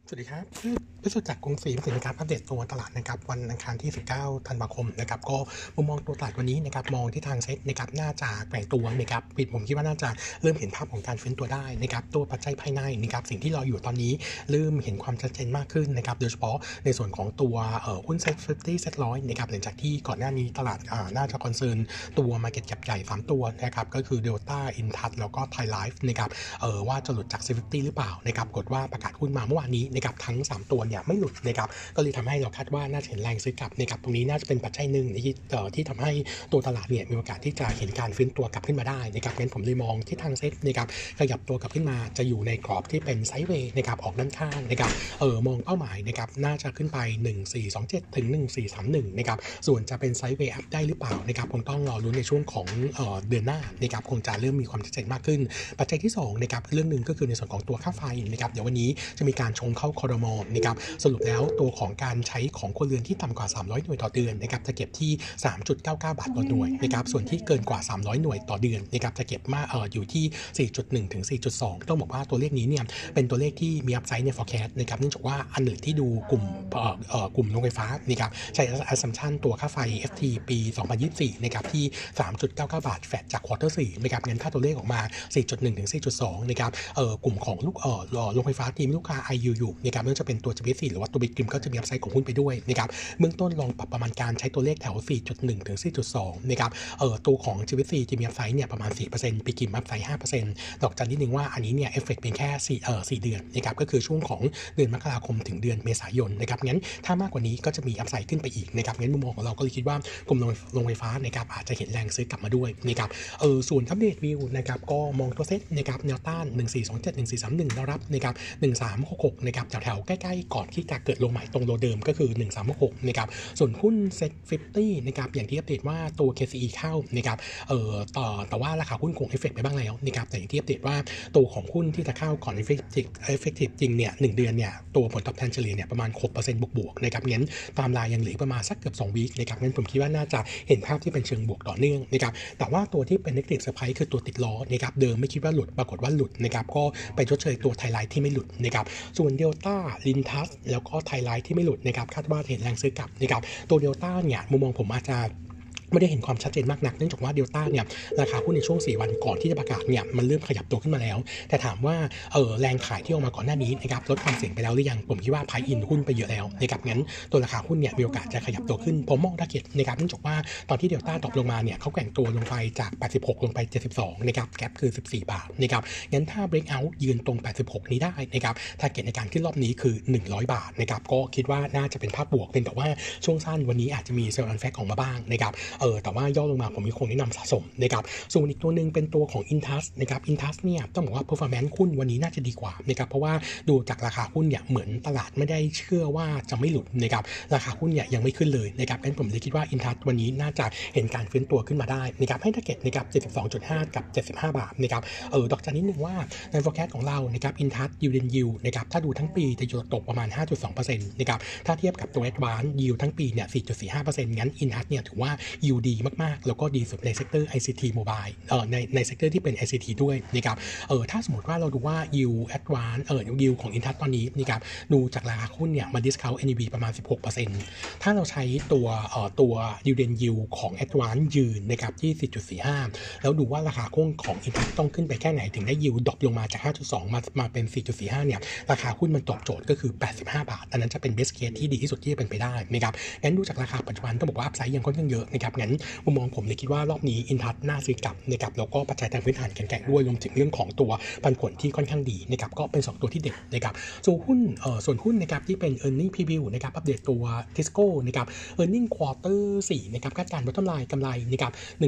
สวัสดีครับพิสุทธิ์จากกรุงศรีสินค้าอัปเดตตัวตลาดนะครับวันอังคารที่19ธันวาคมนะครับก็มุมมองตัวตลาดวันนี้นะครับมองที่ทางเซ็ตนะครับน่าจะแกว่งตัวนะครับผมคิดว่าน่าจะเริ่มเห็นภาพของการฟื้นตัวได้นะครับตัวปัจจัยภายในนะครับสิ่งที่รออยู่ตอนนี้เริ่มเห็นความชัดเจนมากขึ้นนะครับโดยเฉพาะในส่วนของตัวหุ้นเซ็ต50เซ็ต100นะครับหลังจากที่ก่อนหน้านี้ตลาดน่าจะคอนเซิร์นตัว Market Cap ใหญ่3ตัวนะครับก็คือ Delta Intouch แล้วก็ Thai Life นะครับว่าจะหลุดจาก50หรือเปล่านะครับกดว่าประกาศหุ้นมาเมื่อวานนี้นะครับทั้ง3ตัวเนี่ยไม่หลุดนะครับก็เลยทำให้เราคาดว่าน่าจะเห็นแรงซื้อกลับนะครับตรงนี้น่าจะเป็นปัจจัยหนึ่งที่ทำให้ตัวตลาดเนี่ยมีโอกาสที่จะเห็นการฟื้นตัวกลับขึ้นมาได้นะครับงั้นผมเลยมองที่ทางเซ็ตนะครับขยับตัวกลับขึ้นมาจะอยู่ในกรอบที่เป็นไซด์เวย์นะครับออกด้านข้างนะครับมองเป้าหมายนะครับน่าจะขึ้นไป1427ถึง1431นะครับส่วนจะเป็นไซด์เวย์อัพได้หรือเปล่านะครับคงต้องรอลุ้นในช่วงของเดือนหน้านะครับคงจะเริ่มมีความชัดเจนมากขึ้นปัจจัยที่2นะครับเรื่องนึงก็คือในส่วนของตัวค่าไฟนะครับเดี๋ยววันนี้จะมีการชงเข้าครม.นะครับสรุปแล้วตัวของการใช้ของครัวเรือนที่ต่ำกว่า300หน่วยต่อเดือนนะครับจะเก็บที่ 3.99 บาทต่อหน่วยนะครับส่วนที่เกินกว่า300หน่วยต่อเดือนนะครับจะเก็บมาอยู่ที่ 4.1 ถึง 4.2 ต้องบอกว่าตัวเลขนี้เนี่ยเป็นตัวเลขที่มีอัพไซด์ใน forecast นะครับเนื่องจากว่าอันหนึ่งที่ดูกลุ่มโรงไฟฟ้านะครับใช้ assumption ตัวค่าไฟ FT ปี2024นะครับที่ 3.99 บาทแฟดจาก quarter 4นะครับงั้นถ้าตัวเลขออกมา 4.1 ถึง 4.2 นะครับกลุ่มของโรงไฟฟ้าทีมลูกค้า IUU นะครับไม่ว่าจะเป็นตัว GBC หรือว่าตัว Bitgrim ก็จะมีอัพไซด์ของหุ้นไปด้วยนะครับเบื้องต้นลองปรับประมาณการใช้ตัวเลขแถว 4.1 ถึง 4.2 นะครับตัวของ GBC จะมีอัพไซด์เนี่ยประมาณ 4% Bitgrim อัพไซด์ 5% ดอกจันนิดนึงว่าอันนี้เนี่ยเอฟเฟกต์เป็นแค่4เดือนนะครับก็คือช่วงของเดือนมกราคมถึงเดือนเมษายนนะครับงั้นถ้ามากกว่านี้ก็จะมีอัพไซด์ขึ้นไปอีกนะครับงั้นมุมมองของเราก็เลยคิดว่ากลุ่มโรงไฟฟ้านะครับอาจจะเห็นแรงซื้อกลับมาด้วยนะครับส่วนอัปเดตวิวนะครับก็มองตัวเซ็ตนะครับแนวต้าน1427 1431แนวรับนะครับ1366นะครับแถวๆใกล้ๆก่อนที่จะเกิดลงใหม่ตรงโลเดิมก็คือ1366นะครับส่วนหุ้นเซ็ต50นะครับอย่างที่อัปเดตว่าตัว KCE เข้านะครับแต่ว่าราคาหุ้นคงเอฟเฟกต์ไปบ้างแล้วนะครับแต่อย่างที่อัปเดตว่าตัวของหุ้นที่จะเข้าก่อน effective จริงเนี่ย1เดือนเนี่ยตัวผลตอบแทนเฉลี่ยเนี่ยประมาณ 6% บวกๆนะครับงั้นตามรายยังเหลือประมาณสักเกือบ2วีคนะครับงั้นผมคิดว่าน่าจะเห็นภาพที่เป็นเชิงบวกต่อเนื่องนะครับแต่ว่าตัวที่เป็น negative surprise คือตัวติดล้อนะครับเดิมไม่คิดว่าหลุดปรากฏว่าหลุดนะครับก็ไปชดเชยตัวไทไลท์ที่ไม่หลุดนะครับส่วน Delta Lintas แล้วก็ไทไลท์ที่ไม่หลุดนะครับคาดว่าเห็นแรงซื้อกลับนะครับตัว Delta เนี่ยมุมมองผมอาจจะไม่ได้เห็นความชัดเจนมากนักเนื่องจากว่าเดลต้าเนี่ยราคาหุ้นในช่วง4วันก่อนที่จะประกาศเนี่ยมันเริ่มขยับตัวขึ้นมาแล้วแต่ถามว่าแรงขายที่ออกมาก่อนหน้านี้นะครับลดความเสี่ยงไปแล้วหรือยังผมคิดว่าไพอินหุ้นไปเยอะแล้วนะครับงั้นตัวราคาหุ้นเนี่ยมีโอกาสจะขยับตัวขึ้นผมมองทาร์เก็ตนะครับเนื่องจากว่าตอนที่เดลต้าตกลงมาเนี่ยเขาแกว่งตัวลงไปจาก86ลงไป72นะครับแกปคือ14บาทนะครับงั้นถ้า break out ยืนตรง86นี้ได้นะครับทาร์เก็ตในการขึ้นรอบนี้คือ100บาทนะครับก็คิดว่าน่าจะเป็นภาพบวกเป็นแต่ว่าช่วงสั้นวันนี้อาจจะมีเซลล์อันแฟกออกมาบ้างนะครับแต่ว่าย่อลงมาผมคงแนะนำสะสมนะครับส่วนอีกตัวหนึ่งเป็นตัวของ Intas นะครับ Intas เนี่ยต้องบอกว่า performance หุ้นวันนี้น่าจะดีกว่านะครับเพราะว่าดูจากราคาหุ้นเนี่ยเหมือนตลาดไม่ได้เชื่อว่าจะไม่หลุดนะครับราคาหุ้นเนี่ยยังไม่ขึ้นเลยนะครับงั้นผมเลยคิดว่า Intas วันนี้น่าจะเห็นการฟื้นตัวขึ้นมาได้นะครับให้ target นะครับ 72.5 กับ75บาทนะครับดอกจันนิดนึงว่าใน forecast ของเรานะครับ Intas dividend yield นะครับถ้าดูทั้งปีจะอยู่ตกประมาณ 5.2% นะครับถ้าเทียบกับตัว Advance yield ทั้งปีเนี่ย 4.45% งั้น Intas เนี่ยถือว่า yield ดีมากๆแล้วก็ดีสุดในเซกเตอร์ ICT Mobile ในเซกเตอร์ที่เป็น ICT ด้วยนะครับถ้าสมมติว่าเราดูว่า yield advance yield ของ Intas ตอนนี้นะครับดูจากราคาหุ้นเนี่ยมา discount NAV ประมาณ 16% ถ้าเราใช้ตัว dividend yield ของ advance ยืนนะครับที่ 4.45 แล้วดูว่าราคาหุ้นของ Intas ต้องขึ้นไปแค่ไหนถึงได้ yield ดรอปลงมาจาก 5.2 มาเป็น 4.45 เนี่ยราคาหุ้นมันตอบโจทย์ก็คือ85บาทอันนั้นจะเป็น best case ที่ดีที่สุดที่จะเป็นไปได้นะครับงั้นดูจากราคาปัจจุบันต้องบอกว่า upside ยังค่อนข้างเยอะนะครับงั้นมุมมองผมเลยคิดว่ารอบนี้ Intas น่าซื้อกลับนะครับแล้วก็ปัจจัยทางพื้นฐานแข็งๆด้วยรวมถึงเรื่องของตัวปันผลที่ค่อนข้างดีนะครับก็เป็น2ตัวที่เด่นนะครับส่วนหุ้นนะครับที่เป็น earning preview นะครับอัปเดตตัว Tisco นะครับ earning quarter 4นะครับคาดการณ์ bottom line กำไรนะครับ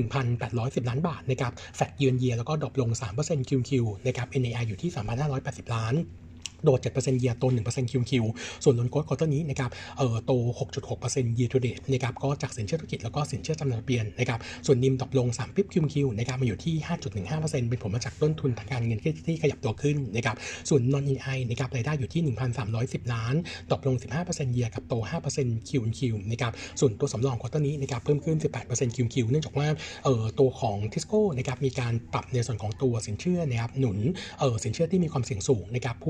1,810 ล้านบาทนะครับ flat year แล้วก็ดรอปลง 3% QQ นะครับ NAR อยู่ที่ 3,580 ล้านโดด 7% year โต 1% QQ ส่วนลนโกลด์ควอเตอร์นี้นะครับโต 6.6% year to date นะครับก็จากสินเชื่อธุรกิจแล้วก็สินเชื่อจำนำทะเบียนนะครับส่วนนิมดรอปลง3 ปิ๊บ QQ นะครับมาอยู่ที่ 5.15% เป็นผลมาจากต้นทุนทางการเงินที่ขยับตัวขึ้นนะครับส่วน non EI นะครับรายได้อยู่ที่ 1,310 ล้านดรอปลง 15% year กับโต 5% QQ นะครับส่วนตัวสำรองควอเตอร์นี้นะครับเพิ่มขึ้น 18% QQ เนื่องจากว่าตัวของ Tisco นะครับมีการปรับในส่วนของตัวสินเชื่อนะครับหนุนสินเชื่อที่มีความเสี่ยงสูงนะครับพวกตัว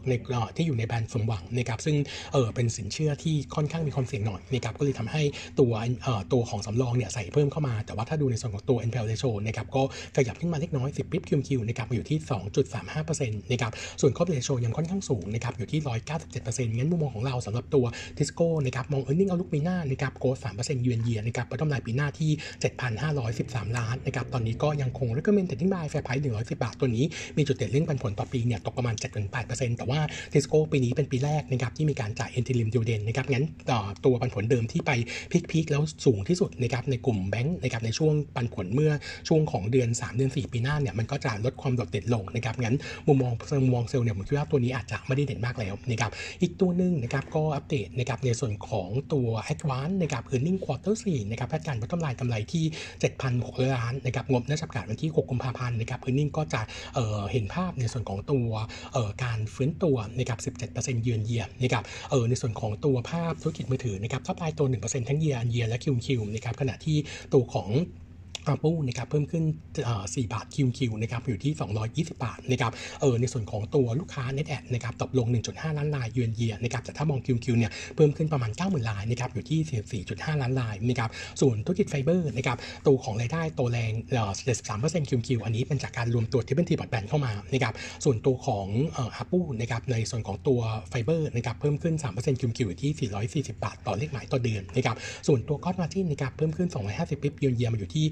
ในที่อยู่ในแบรนด์สมหวังนะครับซึ่งเป็นสินเชื่อที่ค่อนข้างมีความเสี่ยงหน่อยนะครับก็เลยทำให้ตัวของสำรองเนี่ยใส่เพิ่มเข้ามาแต่ว่าถ้าดูในส่วนของตัว NPL ratio นะครับก็ขยับขึ้นมาเล็กน้อย10 QQ นะครับอยู่ที่ 2.35% นะครับส่วน coverage ratio ยังค่อนข้างสูงนะครับอยู่ที่ 197% งั้นมุมมองของเราสำหรับตัว Tisco นะครับมอง earning outlook ปีหน้านะครับ growth 3% year-on-year นะครับ bottom line ปีหน้าที่ 7,513 ล้านนะครับตอนนี้ก็ยังคง recommend trading buy fair price 110 บาทตัวนี้มีจุดเด่นเรื่องปันผลต่อปีเนี่ยตกประมาณ 7-8% แต่ว่า Tisco ปีนี้เป็นปีแรกนะครับที่มีการจ่าย interim dividend นะครับงั้นตัวปันผลเดิมที่ไปพีคแล้วสูงที่สุดนะครับในกลุ่มแบงก์นะครับในช่วงปันผลเมื่อช่วงของเดือน3เดือน4ปีหน้าเนี่ยมันก็จะลดความโดดเด่นลงนะครับงั้นมุมมองเซลล์เนี่ยผมคิดว่าตัวนี้อาจจะไม่ได้เด่นมากแล้วนะครับอีกตัวนึงนะครับก็อัปเดตนะครับในส่วนของตัว Advance นะครับ earning quarter 4นะครับคาดการณ์ bottom line กำไรที่ 7,600 ล้านนะครับงบน่าจะประกาศวันที่6กุมภาพันธ์นะครับ earning ก็จะเห็นภาพในส่วนของตัวการฟื้นตัวนะครับ 17% year-on-year นะครับในส่วนของตัวภาพธุรกิจมือถือนะครับtop line ตัว 1% ทั้ง year-on-year และ QQ นะครับขณะที่ตัวของARPU นะครับเพิ่มขึ้น4 บาท QQ นะครับอยู่ที่220 บาทนะครับในส่วนของตัวลูกค้า Net Add นะครับตกลง 1.5 ล้านราย year-on-year นะครับแต่ถ้ามอง QQ เนี่ยเพิ่มขึ้นประมาณ 90,000 รายนะครับอยู่ที่ 44.5 ล้านรายนะครับส่วนธุรกิจไฟเบอร์นะครับตัวของรายได้โตแรง73% QQ อันนี้เป็นจากการรวมตัว Triple T Broadband เข้ามานะครับส่วนตัวของARPU นะครับในส่วนของตัวไฟเบอร์นะครับเพิ่มขึ้น 3% QQ อยู่ที่440 บาทต่อเลขหมายต่อเดือนนะครับส่วนตัว Gross Margin นะครับเพิ่มขึ้น250 ปิ๊บ year-on-year มาอยู่ที่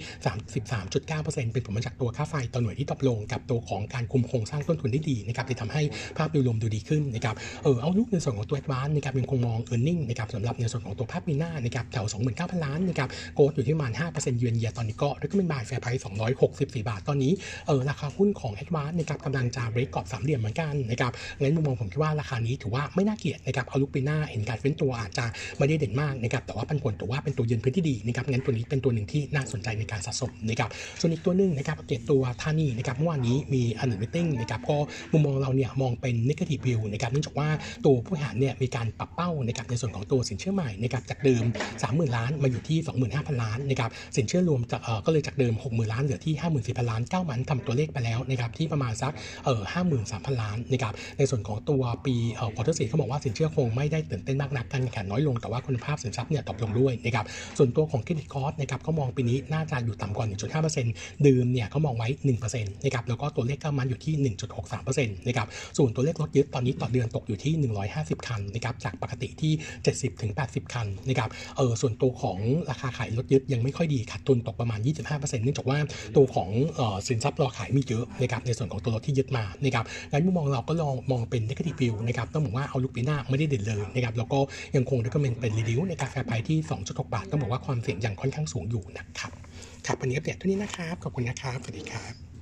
33.9% เป็นผลมาจากตัวค่าไฟต่อหน่วยที่ตกลงกับตัวของการคุมโครงสร้างต้นทุนได้ดีนะครับที่ทำให้ภาพโดยรวมดูดีขึ้นนะครับเอาลุกในส่วนของตัว Advance นะครับยังคงมอง earning นะครับสำหรับในส่วนของตัวภาพปีหน้านะครับแถว 29,000 ล้านนะครับโกลด์อยู่ที่ประมาณ 5% year-on-year ตอนนี้ก็ recommend buy fair price 264 บาทตอนนี้ราคาหุ้นของ Advance นะครับกำลังจะ break กรอบสามเหลี่ยมเหมือนกันนะครับงั้นมุมมองผมคิดว่าราคานี้ถือว่าไม่น่าเกลียดนะครับเอาลุกปีหน้าเห็นการฟื้นตัวอาจจะไม่ได้เด่นมากนะครับแต่ว่าปันผลถือว่าเป็นตัวยืนพื้นที่ดีนะครับงั้นตัวนี้เป็นตัวหนึ่งที่น่าสนใจในการสะสมนะครับส่วนอีกตัวนึงนะครับอัปเดตตัวธานีนะครับเมื่อวานนี้มี earnings meeting นะครับก็มุมมองเราเนี่ยมองเป็น negative view นะครับเนื่องจากว่าตัวผู้บริหารเนี่ยมีการปรับเป้านะครับในส่วนของตัวสินเชื่อใหม่นะครับจากเดิม 30,000 ล้านมาอยู่ที่ 25,000 ล้านนะครับสินเชื่อรวมก็เลยจากเดิม 60,000 ล้านเหลือที่ 54,000 ล้าน9มันทำตัวเลขไปแล้วนะครับที่ประมาณสัก53,000 ล้านนะครับในส่วนของตัวปีquarter 4เขาบอกว่าสินเชื่อคงไม่ได้ตื่นเต้นมากนักการแข่งขันน้อยลงแต่ว่าคุณภาพสินทรัพย์เนี่ยตกลงด้วยนะครับส่วนตัวของ credit cost นะครับเขามองปีนี้น่าจะอยู่ต่ำกว่า 1.5% เดิมเนี่ยเขามองไว้ 1% นะครับแล้วก็ตัวเลข9มันอยู่ที่ 1.63% นะครับส่วนตัวเลขรถยึดตอนนี้ต่อเดือนตกอยู่ที่150คันนะครับจากปกติที่ 70-80 คันนะครับส่วนตัวของราคาขายรถยึดยังไม่ค่อยดีขาดทุนตกประมาณ 25% เนื่องจากว่าตัวของสินทรัพย์รอขายมีเยอะนะครับในส่วนของตัวรถที่ยึดมานะครับงั้นมุมมองเราก็ลองมองเป็น negative view นะครับต้องบอกว่าเอาลุกปีหน้าไม่ได้เด่นเลยนะครับแล้วก็ยังคง recommend เป็น reduce ในกาแฟไพรที่ 2.6 บาทต้องบอกว่าความเสี่ยงยังค่อนข้างสูงอยู่นะครับครับวันนี้อัปเดตเท่านี้นะครับขอบคุณนะครับสวัสดีครับ